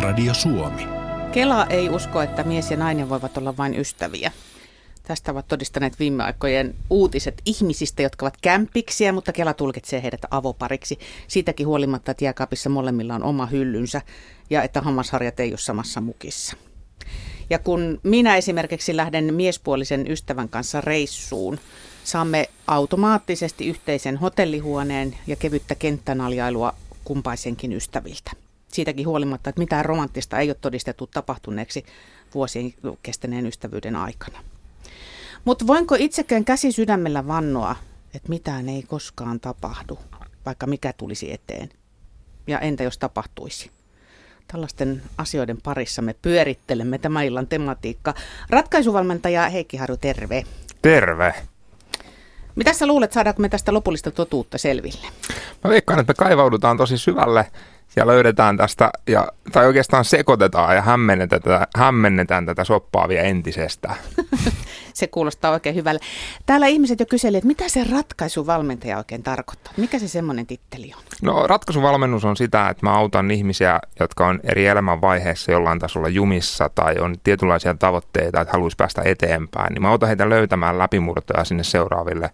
Radio Suomi. Kela ei usko, että mies ja nainen voivat olla vain ystäviä. Tästä ovat todistaneet viime aikojen uutiset ihmisistä, jotka ovat kämpiksiä, mutta Kela tulkitsee heidät avopariksi. Siitäkin huolimatta, että jääkaapissa molemmilla on oma hyllynsä ja että hammasharjat ei ole samassa mukissa. Ja kun minä esimerkiksi lähden miespuolisen ystävän kanssa reissuun, saamme automaattisesti yhteisen hotellihuoneen ja kevyttä kenttänaljailua kumpaisenkin ystäviltä. Siitäkin huolimatta, että mitään romanttista ei ole todistettu tapahtuneeksi vuosien kestäneen ystävyyden aikana. Mutta voinko itsekään käsi sydämellä vannoa, että mitään ei koskaan tapahdu, vaikka mikä tulisi eteen? Ja entä jos tapahtuisi? Tällaisten asioiden parissa me pyörittelemme tämän illan tematiikkaa. Ratkaisuvalmentaja Heikki Harju, terve. Terve. Mitä sä luulet, saadaanko me tästä lopullista totuutta selville? Mä veikkaan, että me kaivaudutaan tosi syvälle ja löydetään tästä, tai oikeastaan sekoitetaan ja hämmennetään tätä soppaa vielä entisestään. Se kuulostaa oikein hyvälle. Täällä ihmiset jo kyselivät, että mitä se ratkaisuvalmentaja oikein tarkoittaa? Mikä se semmoinen titteli on? No, ratkaisuvalmennus on sitä, että mä autan ihmisiä, jotka on eri elämänvaiheissa jollain tasolla jumissa tai on tietynlaisia tavoitteita, että haluaisi päästä eteenpäin. Niin mä autan heitä löytämään läpimurtoja sinne seuraaville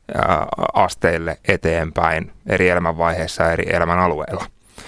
asteille eteenpäin eri elämänvaiheissa ja eri elämän alueilla.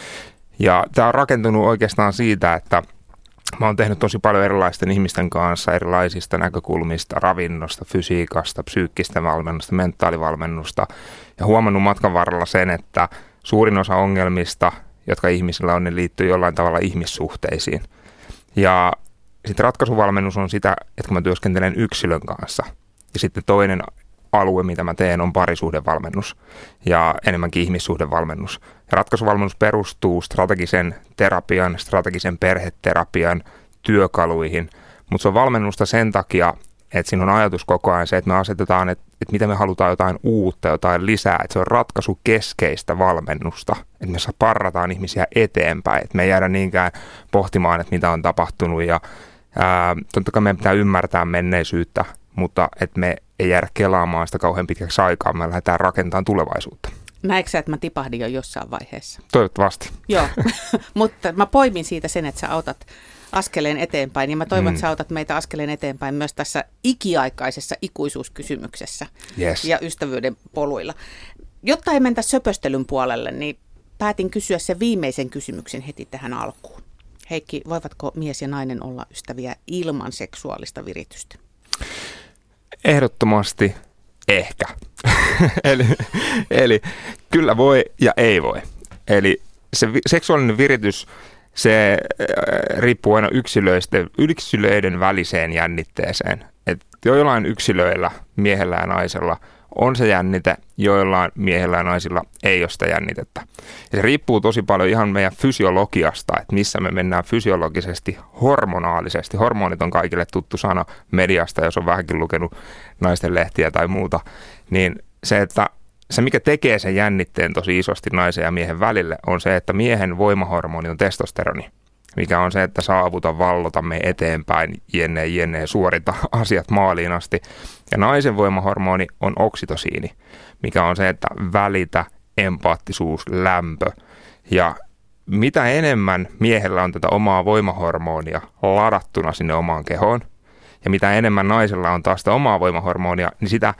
Ja tämä on rakentunut oikeastaan siitä, että mä oon tehnyt tosi paljon erilaisten ihmisten kanssa erilaisista näkökulmista, ravinnosta, fysiikasta, psyykkistä valmennusta, mentaalivalmennusta ja huomannut matkan varrella sen, että suurin osa ongelmista, jotka ihmisillä on, ne liittyy jollain tavalla ihmissuhteisiin. Ja sitten ratkaisuvalmennus on sitä, että kun mä työskentelen yksilön kanssa ja sitten toinen alue, mitä mä teen, on parisuhdevalmennus ja enemmänkin ihmissuhdevalmennus. Ja ratkaisuvalmennus perustuu strategisen terapian, strategisen perheterapian työkaluihin, mutta se on valmennusta sen takia, että siinä on ajatus koko ajan se, että me asetetaan, että mitä me halutaan jotain uutta, jotain lisää, että se on ratkaisukeskeistä valmennusta, että me parrataan ihmisiä eteenpäin, että me ei jäädä niinkään pohtimaan, että mitä on tapahtunut ja totta kai meidän pitää ymmärtää menneisyyttä, mutta että me ei jäädä kelaamaan sitä kauhean pitkäksi aikaa, me lähdetään rakentamaan tulevaisuutta. Näetkö sä, että mä tipahdin jo jossain vaiheessa? Toivottavasti. Joo, mutta mä poimin siitä sen, että sä autat askeleen eteenpäin, ja mä toivon, että sä autat meitä askeleen eteenpäin myös tässä ikiaikaisessa ikuisuuskysymyksessä ja ystävyyden poluilla. Jotta ei mentä söpöstelyn puolelle, niin päätin kysyä sen viimeisen kysymyksen heti tähän alkuun. Heikki, voivatko mies ja nainen olla ystäviä ilman seksuaalista viritystä? Ehdottomasti ehkä. eli kyllä voi ja ei voi. Eli se seksuaalinen viritys, se riippuu aina yksilöiden väliseen jännitteeseen. Et joillain yksilöillä, miehellä ja naisella, on se jännite, joillain miehellä ja naisilla ei ole sitä jännitettä. Ja se riippuu tosi paljon ihan meidän fysiologiasta, että missä me mennään fysiologisesti, hormonaalisesti. Hormonit on kaikille tuttu sana mediasta, jos on vähänkin lukenut naisten lehtiä tai muuta. Niin se, mikä tekee sen jännitteen tosi isosti naisen ja miehen välille, on se, että miehen voimahormoni on testosteroni, mikä on se, että saavuta, vallota, me eteenpäin, jenne, suorita asiat maaliin asti. Ja naisen voimahormoni on oksitosiini, mikä on se, että välitä, empaattisuus, lämpö. Ja mitä enemmän miehellä on tätä omaa voimahormonia ladattuna sinne omaan kehoon, ja mitä enemmän naisella on taas sitä omaa voimahormonia, niin sitä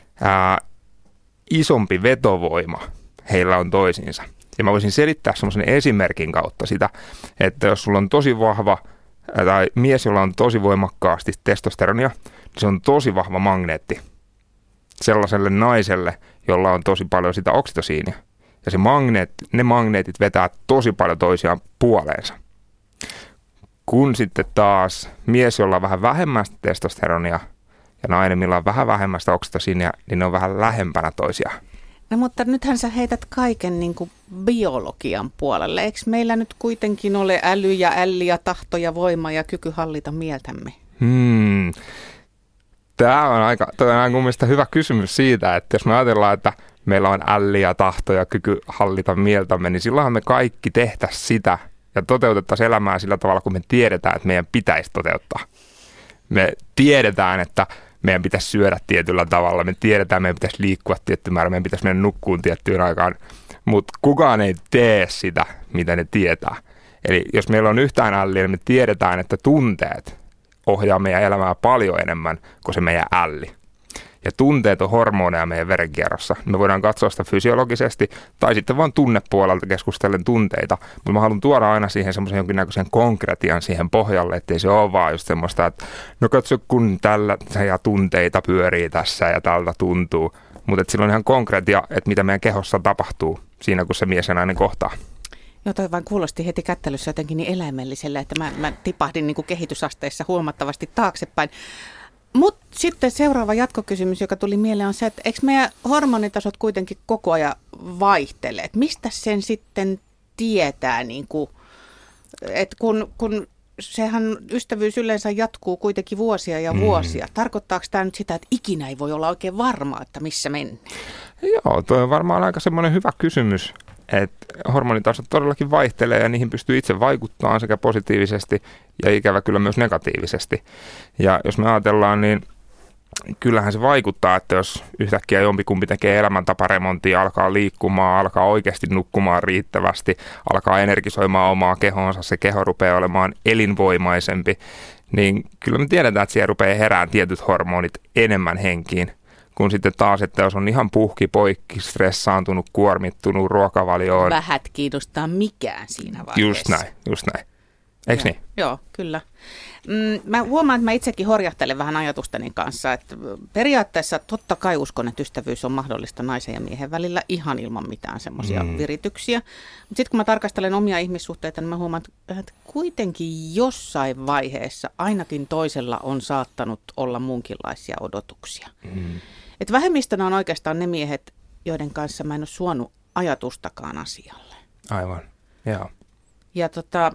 isompi vetovoima heillä on toisiinsa. Ja mä voisin selittää semmoisen esimerkin kautta sitä, että jos sulla on tosi vahva, tai mies, jolla on tosi voimakkaasti testosteronia, niin se on tosi vahva magneetti sellaiselle naiselle, jolla on tosi paljon sitä oksitosiinia. Ja ne magneetit vetää tosi paljon toisiaan puoleensa. Kun sitten taas mies, jolla on vähän vähemmän testosteronia, ja nainen, millä on vähän vähemmästä oksitosiinia, niin ne on vähän lähempänä toisiaan. No mutta nythän sä heität kaiken niin kuin biologian puolelle. Eikö meillä nyt kuitenkin ole äly ja älli ja tahto ja voima ja kyky hallita mieltämme? Tämä on aika mun mielestä hyvä kysymys siitä, että jos me ajatellaan, että meillä on älli ja tahto ja kyky hallita mieltämme, niin silloinhan me kaikki tehtäisiin sitä ja toteutettaisiin elämää sillä tavalla, kun me tiedetään, että meidän pitäisi toteuttaa. Me tiedetään, että meidän pitäisi syödä tietyllä tavalla, me tiedetään, että meidän pitäisi liikkua tietty määrä, meidän pitäisi mennä nukkuun tiettyyn aikaan, mutta kukaan ei tee sitä, mitä ne tietää. Eli jos meillä on yhtään älliä, niin me tiedetään, että tunteet ohjaa meidän elämää paljon enemmän kuin se meidän älli. Ja tunteet on hormoneja meidän verenkierrossa. Me voidaan katsoa sitä fysiologisesti tai sitten vaan tunnepuolelta keskustellen tunteita. Mutta mä haluan tuoda aina siihen semmoisen jonkinnäköisen konkretian siihen pohjalle, ettei se ole vaan just semmoista, että no katso kun tällä ja tunteita pyörii tässä ja tältä tuntuu. Mutta sillä on ihan konkretia, että mitä meidän kehossa tapahtuu siinä, kun se mies ja nainen kohtaa. Joo, toi vaan kuulosti heti kättelyssä jotenkin niin eläimellisellä, että mä tipahdin niin kuin kehitysasteissa huomattavasti taaksepäin. Mutta sitten seuraava jatkokysymys, joka tuli mieleen, on se, että eikö meidän hormonitasot kuitenkin koko ajan vaihtele? Et mistä sen sitten tietää, niin kuin, että kun sehän ystävyys yleensä jatkuu kuitenkin vuosia ja vuosia. Tarkoittaako tämä nyt sitä, että ikinä ei voi olla oikein varmaa, että missä mennään? Joo, tuo on varmaan aika semmoinen hyvä kysymys, että hormonitasot todellakin vaihtelee ja niihin pystyy itse vaikuttamaan sekä positiivisesti ja ikävä kyllä myös negatiivisesti. Ja jos me ajatellaan, niin kyllähän se vaikuttaa, että jos yhtäkkiä jompikumpi tekee elämäntaparemontia, alkaa liikkumaan, alkaa oikeasti nukkumaan riittävästi, alkaa energisoimaan omaa kehonsa, se keho rupeaa olemaan elinvoimaisempi, niin kyllä me tiedetään, että siellä rupeaa herään tietyt hormonit enemmän henkiin. Kun sitten taas, että jos on ihan puhki poikki, stressaantunut, kuormittunut, ruokavalioon. Vähät kiinnostaa mikään siinä vaiheessa. Just näin. Eikö niin? Joo, kyllä. Mä huomaan, että mä itsekin horjahtelen vähän ajatusteni kanssa, että periaatteessa totta kai uskon, että ystävyys on mahdollista naisen ja miehen välillä ihan ilman mitään semmoisia virityksiä. Mutta sitten kun mä tarkastelen omia ihmissuhteita, niin mä huomaan, että kuitenkin jossain vaiheessa ainakin toisella on saattanut olla muunkinlaisia odotuksia. Että vähemmistönä on oikeastaan ne miehet, joiden kanssa mä en ole suonut ajatustakaan asialle. Aivan, joo. Ja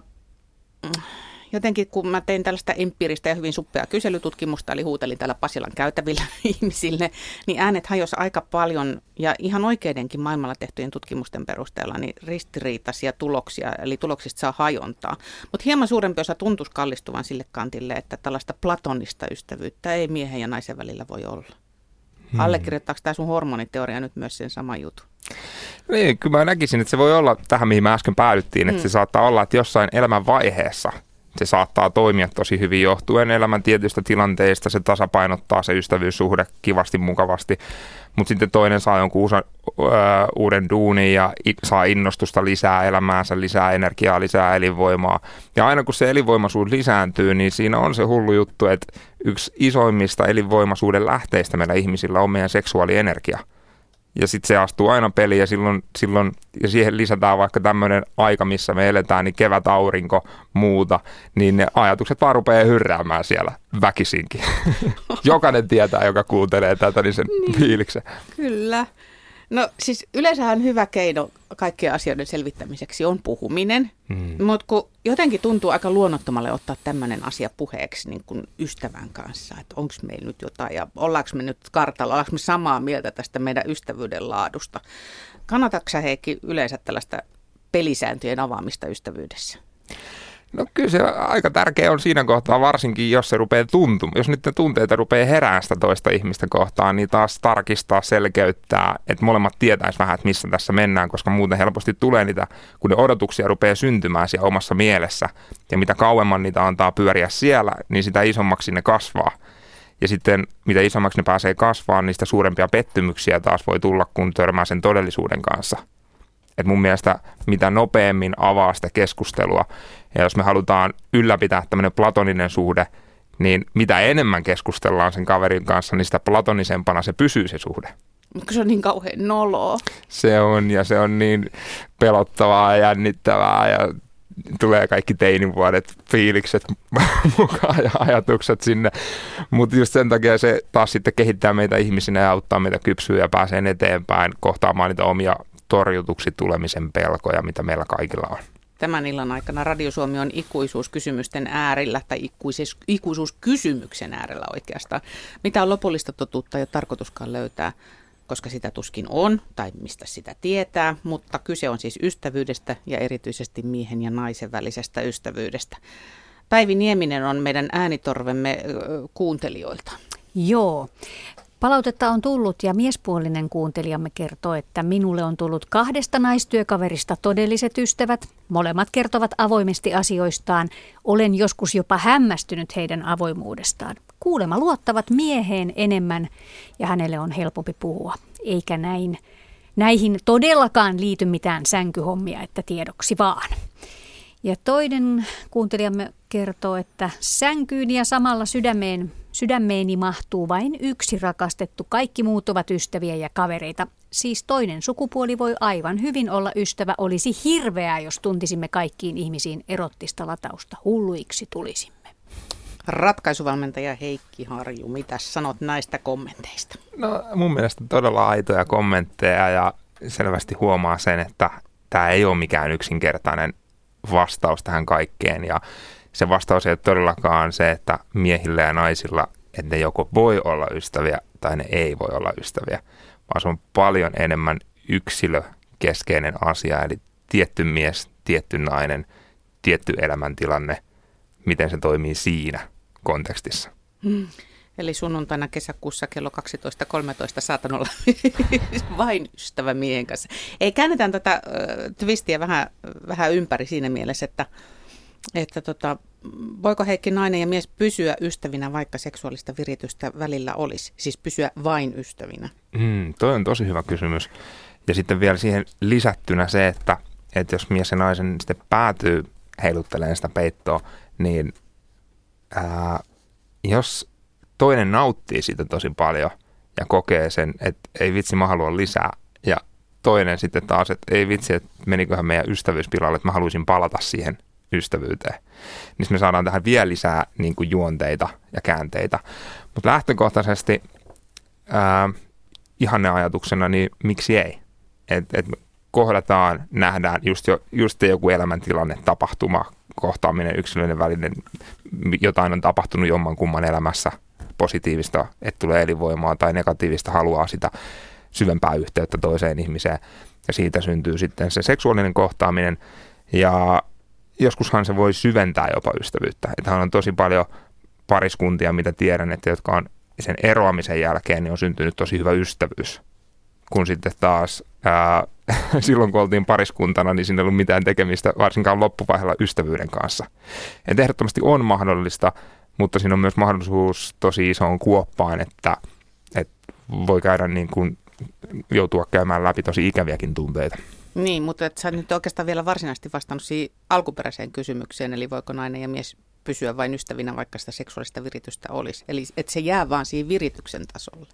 jotenkin kun mä tein tällaista empiiristä ja hyvin suppeaa kyselytutkimusta, eli huutelin täällä Pasilan käytävillä ihmisille, niin äänet hajosi aika paljon ja ihan oikeidenkin maailmalla tehtyjen tutkimusten perusteella niin ristiriitaisia tuloksia, eli tuloksista saa hajontaa. Mutta hieman suurempi osa tuntuisi kallistuvan sille kantille, että tällaista platonista ystävyyttä ei miehen ja naisen välillä voi olla. Allekirjoittaako tämä sun hormoniteoria nyt myös sen saman jutun? Niin, kyllä mä näkisin, että se voi olla tähän, mihin mä äsken päädyttiin, että se saattaa olla, että jossain elämän vaiheessa se saattaa toimia tosi hyvin johtuen elämän tietyistä tilanteista, se tasapainottaa se ystävyyssuhde kivasti, mukavasti, mutta sitten toinen saa jonkun uuden duunin ja saa innostusta lisää elämäänsä, lisää energiaa, lisää elinvoimaa. Ja aina kun se elinvoimaisuus lisääntyy, niin siinä on se hullu juttu, että yksi isoimmista elinvoimaisuuden lähteistä meillä ihmisillä on meidän seksuaalienergia. Ja sitten se astuu aina peliin ja silloin ja siihen lisätään vaikka tämmöinen aika, missä me eletään, niin kevät, aurinko, muuta, niin ne ajatukset vaan rupeaa hyrräämään siellä väkisinkin. Jokainen tietää, joka kuuntelee tätä, niin sen fiiliksen. Kyllä. No siis yleensähän hyvä keino kaikkien asioiden selvittämiseksi on puhuminen, mutta kun jotenkin tuntuu aika luonnottomalle ottaa tämmöinen asia puheeksi niin kuin ystävän kanssa, että onko meillä nyt jotain ja ollaanko me nyt kartalla, ollaanko me samaa mieltä tästä meidän ystävyyden laadusta. Kannatatko sä, Heikki, yleensä tällaista pelisääntöjen avaamista ystävyydessä? No kyllä se aika tärkeä on siinä kohtaa, varsinkin jos se rupeaa tuntumaan. Jos nyt ne tunteita rupeaa herään sitä toista ihmistä kohtaan, niin taas tarkistaa, selkeyttää, että molemmat tietäisi vähän, että missä tässä mennään, koska muuten helposti tulee niitä, kun ne odotuksia rupeaa syntymään siellä omassa mielessä. Ja mitä kauemman niitä antaa pyöriä siellä, niin sitä isommaksi ne kasvaa. Ja sitten mitä isommaksi ne pääsee kasvaa, niin sitä suurempia pettymyksiä taas voi tulla, kun törmää sen todellisuuden kanssa. Et mun mielestä mitä nopeammin avaa sitä keskustelua, ja jos me halutaan ylläpitää tämmöinen platoninen suhde, niin mitä enemmän keskustellaan sen kaverin kanssa, niin sitä platonisempana se pysyy se suhde. Mutta se on niin kauhean noloa. Se on, ja se on niin pelottavaa ja jännittävää, ja tulee kaikki teinivuodet, fiilikset mukaan ja ajatukset sinne. Mutta just sen takia se taas sitten kehittää meitä ihmisinä ja auttaa meitä kypsyä ja pääsee eteenpäin kohtaamaan niitä omia torjutuksi tulemisen pelkoja, mitä meillä kaikilla on. Tämän illan aikana Radio Suomi on ikuisuuskysymysten äärellä, tai ikuisuuskysymyksen äärellä oikeastaan. Mitä on lopullista totuutta ei ole tarkoituskaan löytää, koska sitä tuskin on, tai mistä sitä tietää, mutta kyse on siis ystävyydestä ja erityisesti miehen ja naisen välisestä ystävyydestä. Päivi Nieminen on meidän äänitorvemme kuuntelijoilta. Joo. Palautetta on tullut ja miespuolinen kuuntelijamme kertoo, että minulle on tullut 2 naistyökaverista todelliset ystävät. Molemmat kertovat avoimesti asioistaan. Olen joskus jopa hämmästynyt heidän avoimuudestaan. Kuulemma luottavat mieheen enemmän ja hänelle on helpompi puhua, eikä näihin todellakaan liity mitään sänkyhommia, että tiedoksi vaan. Ja toinen kuuntelijamme kertoo, että sänkyyn ja samalla sydämeeni mahtuu vain yksi rakastettu. Kaikki muut ovat ystäviä ja kavereita. Siis toinen sukupuoli voi aivan hyvin olla ystävä. Olisi hirveää, jos tuntisimme kaikkiin ihmisiin erottista latausta. Hulluiksi tulisimme. Ratkaisuvalmentaja Heikki Harju, mitä sanot näistä kommenteista? No mun mielestä todella aitoja kommentteja ja selvästi huomaa sen, että tämä ei ole mikään yksinkertainen vastaus tähän kaikkeen. Ja se vastaus ei ole todellakaan se, että miehillä ja naisilla, että ne joko voi olla ystäviä tai ne ei voi olla ystäviä, vaan se on paljon enemmän yksilökeskeinen asia, eli tietty mies, tietty nainen, tietty elämäntilanne, miten se toimii siinä kontekstissa. Eli sunnuntaina kesäkuussa kello 12.13 saatan olla vain ystävä miehen kanssa. Ei, käännetään tätä twistiä vähän ympäri siinä mielessä, että voiko Heikki nainen ja mies pysyä ystävinä, vaikka seksuaalista viritystä välillä olisi? Siis pysyä vain ystävinä? Toi on tosi hyvä kysymys. Ja sitten vielä siihen lisättynä se, että jos mies ja naisen sitten päätyy heiluttelemaan sitä peittoa, niin jos toinen nauttii siitä tosi paljon ja kokee sen, että ei vitsi, mä haluan lisää, ja toinen sitten taas, että ei vitsi, että meniköhän meidän ystävyys pilalle, että mä haluaisin palata siihen ystävyyteen, niin me saadaan tähän vielä lisää niin kuin juonteita ja käänteitä. Mutta lähtökohtaisesti ihanneajatuksena, niin miksi ei? Et me kohdataan, nähdään just joku elämäntilanne, tapahtuma, kohtaaminen, yksilöiden välinen, jotain on tapahtunut jommankumman elämässä, positiivista, että tulee elinvoimaa, tai negatiivista, haluaa sitä syvempää yhteyttä toiseen ihmiseen, ja siitä syntyy sitten se seksuaalinen kohtaaminen, ja joskushan se voi syventää jopa ystävyyttä. Että on tosi paljon pariskuntia, mitä tiedän, että jotka on sen eroamisen jälkeen, niin on syntynyt tosi hyvä ystävyys. Kun sitten taas silloin, kun oltiin pariskuntana, niin siinä ei ollut mitään tekemistä, varsinkaan loppuvaiheella ystävyyden kanssa. Et ehdottomasti on mahdollista, mutta siinä on myös mahdollisuus tosi isoon kuoppaan, että voi käydä niin kuin joutua käymään läpi tosi ikäviäkin tunteita. Niin, mutta sä nyt oikeastaan vielä varsinaisesti vastannut siihen alkuperäiseen kysymykseen, eli voiko nainen ja mies pysyä vain ystävinä, vaikka sitä seksuaalista viritystä olisi. Eli että se jää vaan siihen virityksen tasolle.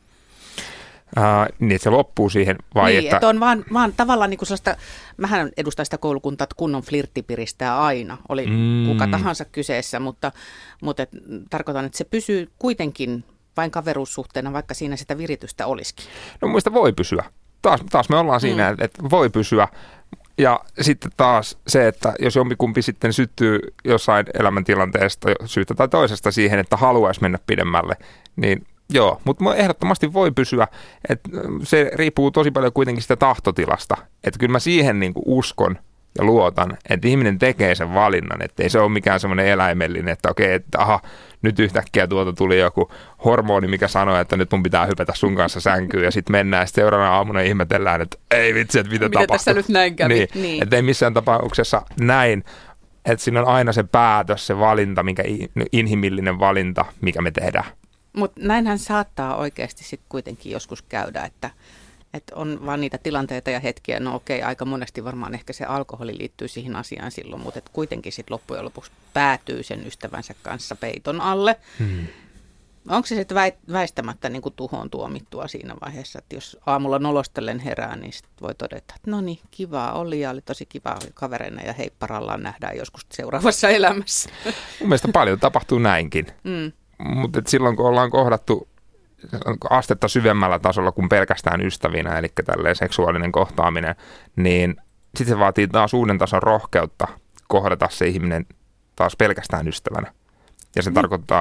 Niin, että se loppuu siihen vai niin, että on vaan tavallaan niin kuin sellaista, mähän edustan sitä koulukuntaa, että kunnon flirtti piristää aina, oli kuka tahansa kyseessä, mutta tarkoitan, että se pysyy kuitenkin vain kaveruussuhteena, vaikka siinä sitä viritystä olisikin. No muista voi pysyä. Taas me ollaan siinä, että voi pysyä. Ja sitten taas se, että jos jompikumpi sitten syttyy jossain elämäntilanteesta syystä tai toisesta siihen, että haluaisi mennä pidemmälle, niin joo, mutta ehdottomasti voi pysyä. Että se riippuu tosi paljon kuitenkin sitä tahtotilasta. Että kyllä mä siihen niin kuin uskon ja luotan, että ihminen tekee sen valinnan, että ei se ole mikään semmoinen eläimellinen, että okei, että aha, nyt yhtäkkiä tuolta tuli joku hormoni, mikä sanoi, että nyt mun pitää hypätä sun kanssa sänkyyn ja sitten mennään ja sitten seuraavana aamuna ihmetellään, että ei vitsi, että mitä tapahtui. Tässä nyt näin kävi. Niin. Että ei missään tapauksessa näin, että siinä on aina se päätös, se valinta, inhimillinen valinta, mikä me tehdään. Mutta näinhän saattaa oikeasti sitten kuitenkin joskus käydä, että on vaan niitä tilanteita ja hetkiä, no okei, aika monesti varmaan ehkä se alkoholi liittyy siihen asiaan silloin, mutta kuitenkin sitten loppujen lopuksi päätyy sen ystävänsä kanssa peiton alle. Onko se sitten väistämättä niin kuin tuhoon tuomittua siinä vaiheessa, että jos aamulla nolostellen herää, niin sit voi todeta, että no niin, kivaa oli ja oli tosi kivaa kavereina ja hei, parallaan nähdään joskus seuraavassa elämässä. Mun mielestä paljon tapahtuu näinkin, mutta silloin kun ollaan kohdattu astetta syvemmällä tasolla kuin pelkästään ystävinä, eli tälleen seksuaalinen kohtaaminen, niin sitten se vaatii taas uuden tason rohkeutta kohdata se ihminen taas pelkästään ystävänä. Ja se tarkoittaa...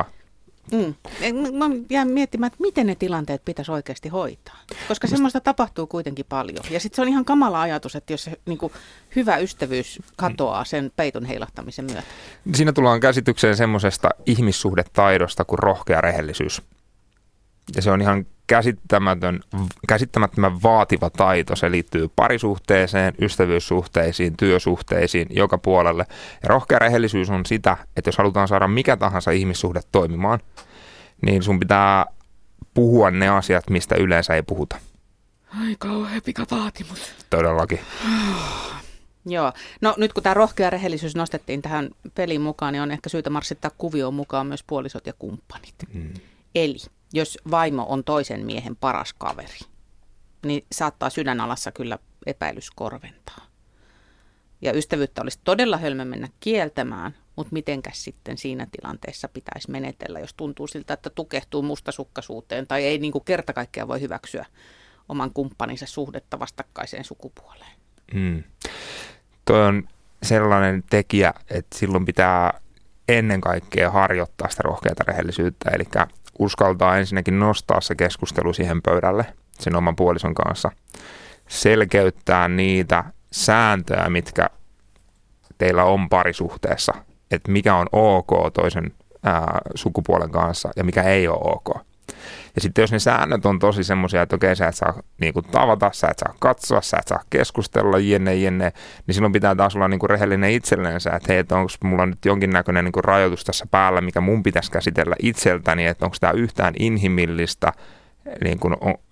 Mä jään miettimään, että miten ne tilanteet pitäisi oikeasti hoitaa, koska semmoista tapahtuu kuitenkin paljon. Ja sitten se on ihan kamala ajatus, että jos se niin kuin hyvä ystävyys katoaa sen peiton heilahtamisen myötä. Siinä tullaan käsitykseen semmoisesta ihmissuhdetaidosta kuin rohkea rehellisyys. Ja se on ihan käsittämättömän vaativa taito. Se liittyy parisuhteeseen, ystävyyssuhteisiin, työsuhteisiin, joka puolelle. Ja rohkea rehellisyys on sitä, että jos halutaan saada mikä tahansa ihmissuhde toimimaan, niin sun pitää puhua ne asiat, mistä yleensä ei puhuta. Ai kauhea pikavaatimus. Todellakin. Joo. No nyt kun tämä rohkea rehellisyys nostettiin tähän peliin mukaan, niin on ehkä syytä marssittaa kuvioon mukaan myös puolisot ja kumppanit. Eli jos vaimo on toisen miehen paras kaveri, niin saattaa sydänalassa kyllä epäilys korventaa. Ja ystävyyttä olisi todella hölmö mennä kieltämään, mutta mitenkäs sitten siinä tilanteessa pitäisi menetellä, jos tuntuu siltä, että tukehtuu mustasukkaisuuteen tai ei niin kuin kerta kaikkiaan voi hyväksyä oman kumppaninsa suhdetta vastakkaiseen sukupuoleen. Toi on sellainen tekijä, että silloin pitää ennen kaikkea harjoittaa sitä rohkeata rehellisyyttä, eli uskaltaa ensinnäkin nostaa se keskustelu siihen pöydälle sen oman puolison kanssa, selkeyttää niitä sääntöjä, mitkä teillä on parisuhteessa, että mikä on ok toisen sukupuolen kanssa ja mikä ei ole ok. Ja sitten jos ne säännöt on tosi semmoisia, että okei, sä et saa niinku tavata, sä et saa katsoa, sä et saa keskustella, jenne, niin silloin pitää taas olla niinku rehellinen itselleensä, että hei, että onko mulla nyt jonkinnäköinen niinku rajoitus tässä päällä, mikä mun pitäisi käsitellä itseltäni, että onko tämä yhtään inhimillistä, niinku,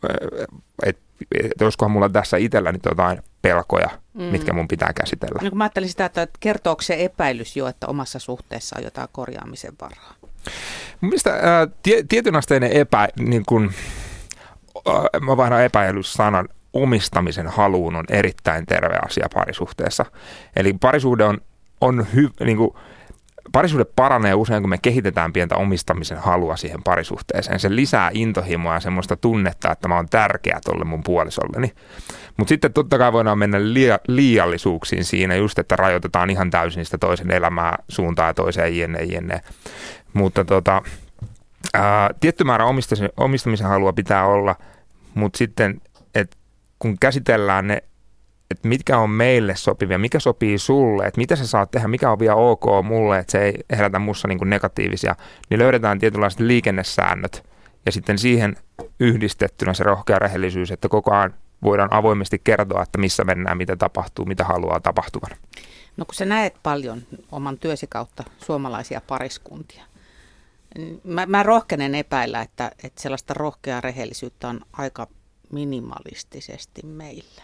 että olisikohan mulla tässä itselläni jotain pelkoja, mitkä mun pitää käsitellä. No kun mä ajattelin sitä, että kertooko se epäilys jo, että omassa suhteessa on jotain korjaamisen varaa? Mielestäni tietynasteinen mä vaihdan epäilyssanan, omistamisen haluun on erittäin terve asia parisuhteessa. Eli parisuhde paranee usein, kun me kehitetään pientä omistamisen halua siihen parisuhteeseen. Se lisää intohimoa ja semmoista tunnetta, että mä oon tärkeä tolle mun puolisolleni. Mutta sitten totta kai voidaan mennä liiallisuuksiin siinä just, että rajoitetaan ihan täysin sitä toisen elämää suuntaan ja toiseen jenne. Mutta tietty määrä omistamisen halua pitää olla, mutta sitten, että kun käsitellään ne, että mitkä on meille sopivia, mikä sopii sulle, että mitä sä saat tehdä, mikä on vielä ok mulle, että se ei herätä musta niin kuin negatiivisia, niin löydetään tietynlaiset liikennesäännöt ja sitten siihen yhdistettynä se rohkea rehellisyys, että koko ajan voidaan avoimesti kertoa, että missä mennään, mitä tapahtuu, mitä haluaa tapahtuvan. No kun sä näet paljon oman työsi kautta suomalaisia pariskuntia, mä rohkenen epäillä, että sellaista rohkeaa rehellisyyttä on aika minimalistisesti meillä.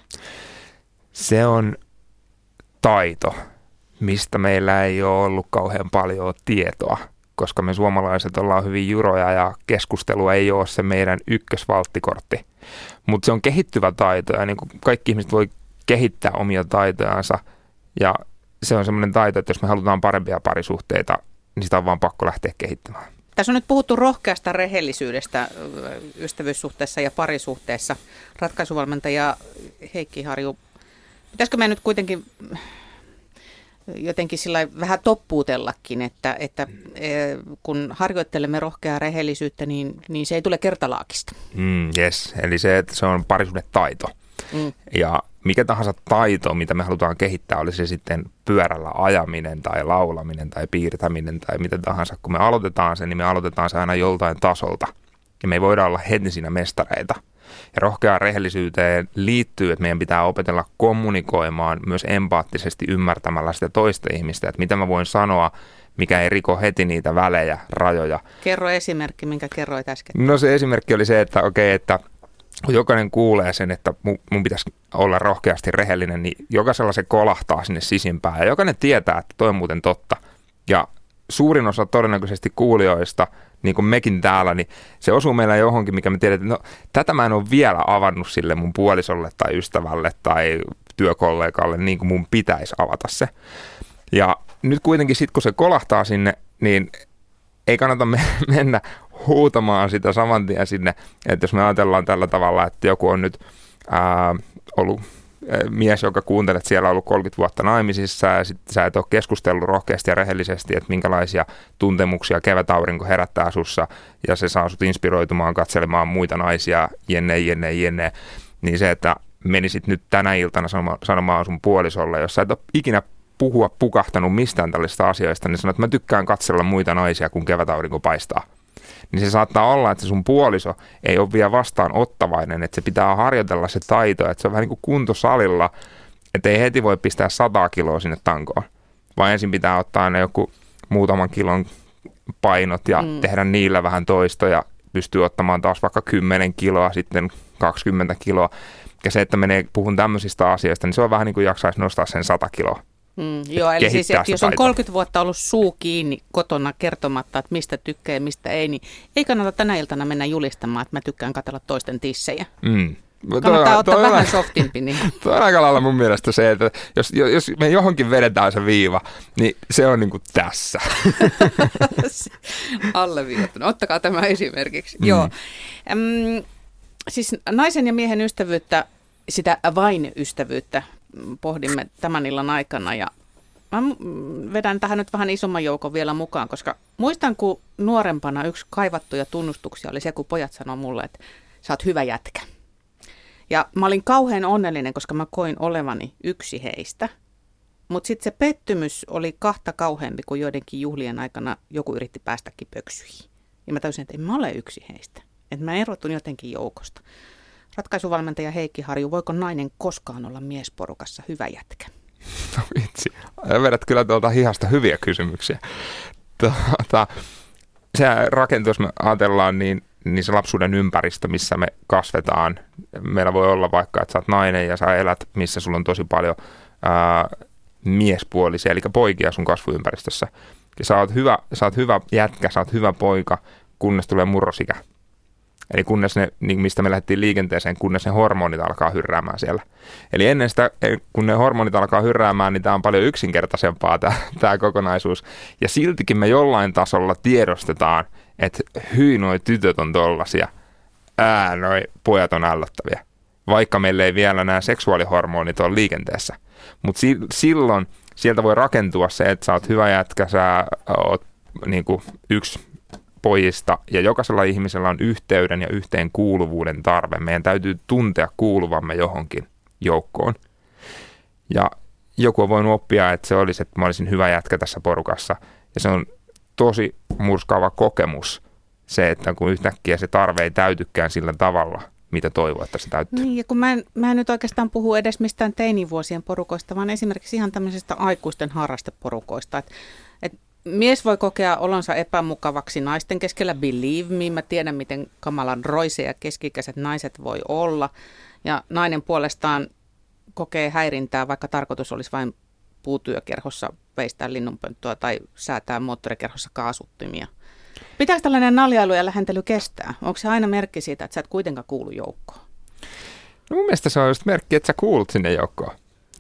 Se on taito, mistä meillä ei ole ollut kauhean paljon tietoa, koska me suomalaiset ollaan hyvin juroja ja keskustelu ei ole se meidän ykkösvalttikortti. Mutta se on kehittyvä taito ja niin kuin kaikki ihmiset voi kehittää omia taitojansa ja se on semmoinen taito, että jos me halutaan parempia parisuhteita, niin sitä on vaan pakko lähteä kehittämään. Tässä on nyt puhuttu rohkeasta rehellisyydestä ystävyyssuhteessa ja parisuhteessa. Ratkaisuvalmentaja Heikki Harju, pitäisikö me nyt kuitenkin jotenkin sillä vähän toppuutellakin, että kun harjoittelemme rohkeaa rehellisyyttä, niin se ei tule kertalaakista. Yes, eli se, että se on parisuhdetaito. Ja mikä tahansa taito, mitä me halutaan kehittää, oli se sitten pyörällä ajaminen tai laulaminen tai piirtäminen tai mitä tahansa. Kun me aloitetaan sen, niin me aloitetaan se aina joltain tasolta. Ja me ei voida olla heti siinä mestareita. Ja rohkeaan rehellisyyteen liittyy, että meidän pitää opetella kommunikoimaan myös empaattisesti ymmärtämällä sitä toista ihmistä, että mitä mä voin sanoa, mikä ei riko heti niitä välejä, rajoja. Kerro esimerkki, minkä kerroit äsken. No se esimerkki oli se, että että kun jokainen kuulee sen, että mun pitäisi olla rohkeasti rehellinen, niin jokaisella se kolahtaa sinne sisimpään. Ja jokainen tietää, että toi on muuten totta. Ja suurin osa todennäköisesti kuulijoista, niin kuin mekin täällä, niin se osuu meillä johonkin, mikä me tiedetään, että no tätä mä en ole vielä avannut sille mun puolisolle tai ystävälle tai työkollegalle, niin kuin mun pitäisi avata se. Ja nyt kuitenkin sitten, kun se kolahtaa sinne, niin ei kannata mennä huutamaan sitä saman tien sinne, että jos me ajatellaan tällä tavalla, että joku on nyt ollut mies, joka kuuntelee, että siellä on ollut 30 vuotta naimisissa ja sitten sä et ole keskustellut rohkeasti ja rehellisesti, että minkälaisia tuntemuksia kevätaurinko herättää sussa ja se saa sut inspiroitumaan katselemaan muita naisia, jenne, niin se, että menisit nyt tänä iltana sanomaan sun puolisolle, jos sä et ole ikinä pukahtanut mistään tällaisista asioista, niin sanot, että mä tykkään katsella muita naisia, kun kevätaurinko paistaa. niin se saattaa olla, että sun puoliso ei ole vielä vastaanottavainen, että se pitää harjoitella se taito, että se on vähän niin kuin kuntosalilla, että ei heti voi pistää 100 kiloa sinne tankoon, vaan ensin pitää ottaa aina joku muutaman kilon painot ja tehdä niillä vähän toistoja, pystyy ottamaan taas vaikka 10 kiloa, sitten 20 kiloa. Ja se, että puhun tämmöisistä asioista, niin se on vähän niin kuin jaksaisi nostaa sen 100 kiloa. Joo, eli siis, että jos on 30 vuotta ollut suu kiinni kotona kertomatta, että mistä tykkää ja mistä ei, niin ei kannata tänä iltana mennä julistamaan, että mä tykkään katsella toisten tissejä. Kannattaa ottaa vähän softimpi. Niin. Tuo on aika lailla mun mielestä se, että jos me johonkin vedetään se viiva, niin se on niin kuin tässä. Alleviivattuna. Ottakaa tämä esimerkiksi. Joo. Siis naisen ja miehen ystävyyttä, sitä vain ystävyyttä pohdimme tämän illan aikana ja mä vedän tähän nyt vähän isomman joukon vielä mukaan, koska muistan, kun nuorempana yksi kaivattuja tunnustuksia oli se, kun pojat sanoi mulle, että sä oot hyvä jätkä. Ja mä olin kauhean onnellinen, koska mä koin olevani yksi heistä. Mutta sitten se pettymys oli kahta kauheampi, kun joidenkin juhlien aikana joku yritti päästäkin pöksyihin. Ja mä täysin, että en mä ole yksi heistä. Että mä erotun jotenkin joukosta. Ratkaisuvalmentaja Heikki Harju, voiko nainen koskaan olla miesporukassa hyvä jätkä? No vitsi, vedät kyllä tuolta hihasta hyviä kysymyksiä. Se rakentuu, jos me ajatellaan, niin se lapsuuden ympäristö, missä me kasvetaan. Meillä voi olla vaikka, että sä oot nainen ja sä elät, missä sulla on tosi paljon miespuolisia, eli poikia sun kasvuympäristössä. Ja sä oot hyvä jätkä, sä oot hyvä poika, kunnes tulee murrosikä. Eli kunnes ne, mistä me lähdettiin liikenteeseen, kunnes ne hormonit alkaa hyrräämään siellä. Eli ennen sitä, kun ne hormonit alkaa hyrräämään, niin tämä on paljon yksinkertaisempaa tämä kokonaisuus. Ja siltikin me jollain tasolla tiedostetaan, että hyi, noi tytöt on tollasia, noi pojat on ällöttäviä. Vaikka meillä ei vielä nämä seksuaalihormonit ole liikenteessä. Mutta silloin sieltä voi rakentua se, että sä oot hyvä jätkä, sä oot niinku yksi pojista, ja jokaisella ihmisellä on yhteyden ja yhteenkuuluvuuden tarve. Meidän täytyy tuntea kuuluvamme johonkin joukkoon. Ja joku on voinut oppia, että se olisi, että mä olisin hyvä jätkä tässä porukassa. Ja se on tosi murskaava kokemus, se, että kun yhtäkkiä se tarve ei täytykään sillä tavalla, mitä toivoo, että se täyttyy. Niin, ja kun mä en nyt oikeastaan puhu edes mistään teinivuosien porukoista, vaan esimerkiksi ihan tämmöisestä aikuisten harrasteporukoista, että mies voi kokea olonsa epämukavaksi naisten keskellä, believe me, mä tiedän miten kamalan roiseja keski-ikäiset naiset voi olla. Ja nainen puolestaan kokee häirintää, vaikka tarkoitus olisi vain puutyökerhossa peistää linnunpönttöä tai säätää moottorikerhossa kaasuttimia. Pitääkö tällainen naljailu ja lähentely kestää? Onko se aina merkki siitä, että sä et kuitenkaan kuulu joukkoon? No mun mielestä se on just merkki, että sä kuulut sinne joukkoon.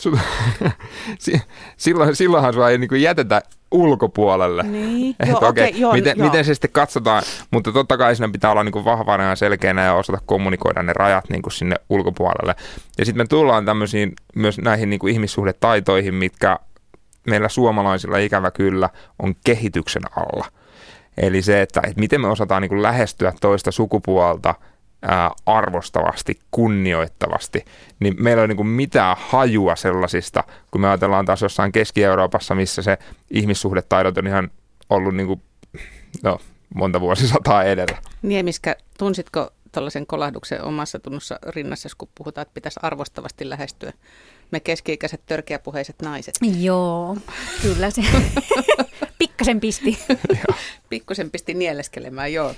Silloinhan sua ei niin kuin jätetä ulkopuolelle. Niin, miten se sitten katsotaan, mutta totta kai siinä pitää olla niin kuin vahvana ja selkeänä ja osata kommunikoida ne rajat niin kuin sinne ulkopuolelle. Ja sitten me tullaan tämmöisiin myös näihin niin kuin ihmissuhdetaitoihin, mitkä meillä suomalaisilla ikävä kyllä on kehityksen alla. Eli se, että miten me osataan niin kuin lähestyä toista sukupuolta arvostavasti, kunnioittavasti, niin meillä ei ole niin kuin mitään hajua sellaisista, kun me ajatellaan taas jossain Keski-Euroopassa, missä se ihmissuhdetaidot on ihan ollut niin kuin, monta vuosisataa edellä. Niemiskä, tunsitko tuollaisen kolahduksen omassa tunnossa rinnassa, kun puhutaan, että pitäisi arvostavasti lähestyä me keski-ikäiset törkeäpuheiset naiset? Joo, kyllä se pikkasen pisti. Pikkusen pisti nieleskelemään, joo.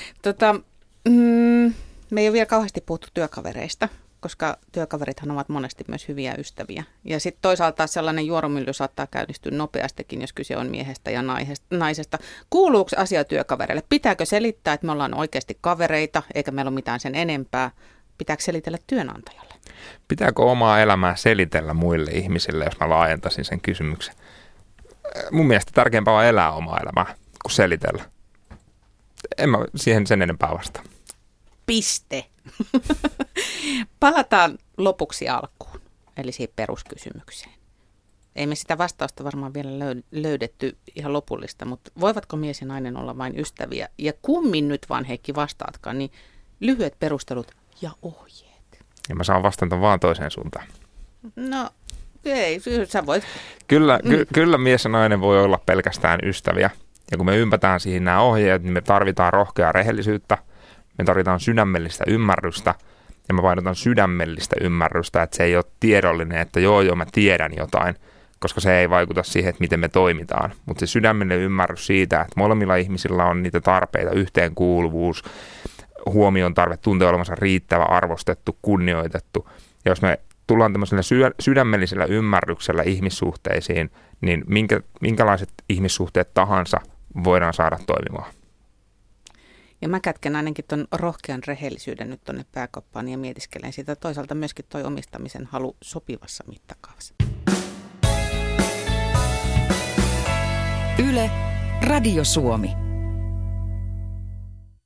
Me ei ole vielä kauheasti puhuttu työkavereista, koska työkaverithan ovat monesti myös hyviä ystäviä. Ja sitten toisaalta sellainen juorumylly saattaa käynnistyä nopeastikin, jos kyse on miehestä ja naisesta. Kuuluuko asia työkavereille? Pitääkö selittää, että me ollaan oikeasti kavereita, eikä meillä ole mitään sen enempää? Pitääkö selitellä työnantajalle? Pitääkö omaa elämää selitellä muille ihmisille, jos mä laajentaisin sen kysymyksen? Mun mielestä tärkeämpää on elää omaa elämää kuin selitellä. En mä siihen sen enempää vastaa. Piste. Palataan lopuksi alkuun, eli siihen peruskysymykseen. Ei me sitä vastausta varmaan vielä löydetty ihan lopullista, mutta voivatko mies ja nainen olla vain ystäviä? Ja kummin nyt vaan Heikki vastaatkaan, niin lyhyet perustelut ja ohjeet. Ja mä saan vastata vaan toiseen suuntaan. No ei, sä voit. Kyllä mies ja nainen voi olla pelkästään ystäviä. Ja kun me ympätään siihen nämä ohjeet, niin me tarvitaan rohkeaa rehellisyyttä, me tarvitaan sydämellistä ymmärrystä, ja mä painotan sydämellistä ymmärrystä, että se ei ole tiedollinen, että joo, mä tiedän jotain, koska se ei vaikuta siihen, että miten me toimitaan. Mutta se sydämellinen ymmärrys siitä, että molemmilla ihmisillä on niitä tarpeita, yhteenkuuluvuus, huomion tarve, tuntea olevansa riittävä, arvostettu, kunnioitettu. Ja jos me tullaan tämmöisellä sydämellisellä ymmärryksellä ihmissuhteisiin, niin minkälaiset ihmissuhteet tahansa voidaan saada toimimaan. Ja mä kätken ainakin ton rohkean rehellisyyden nyt tonne pääkoppaan ja mietiskelen sitä. Toisaalta myöskin toi omistamisen halu sopivassa mittakaavassa. Yle, Radio Suomi.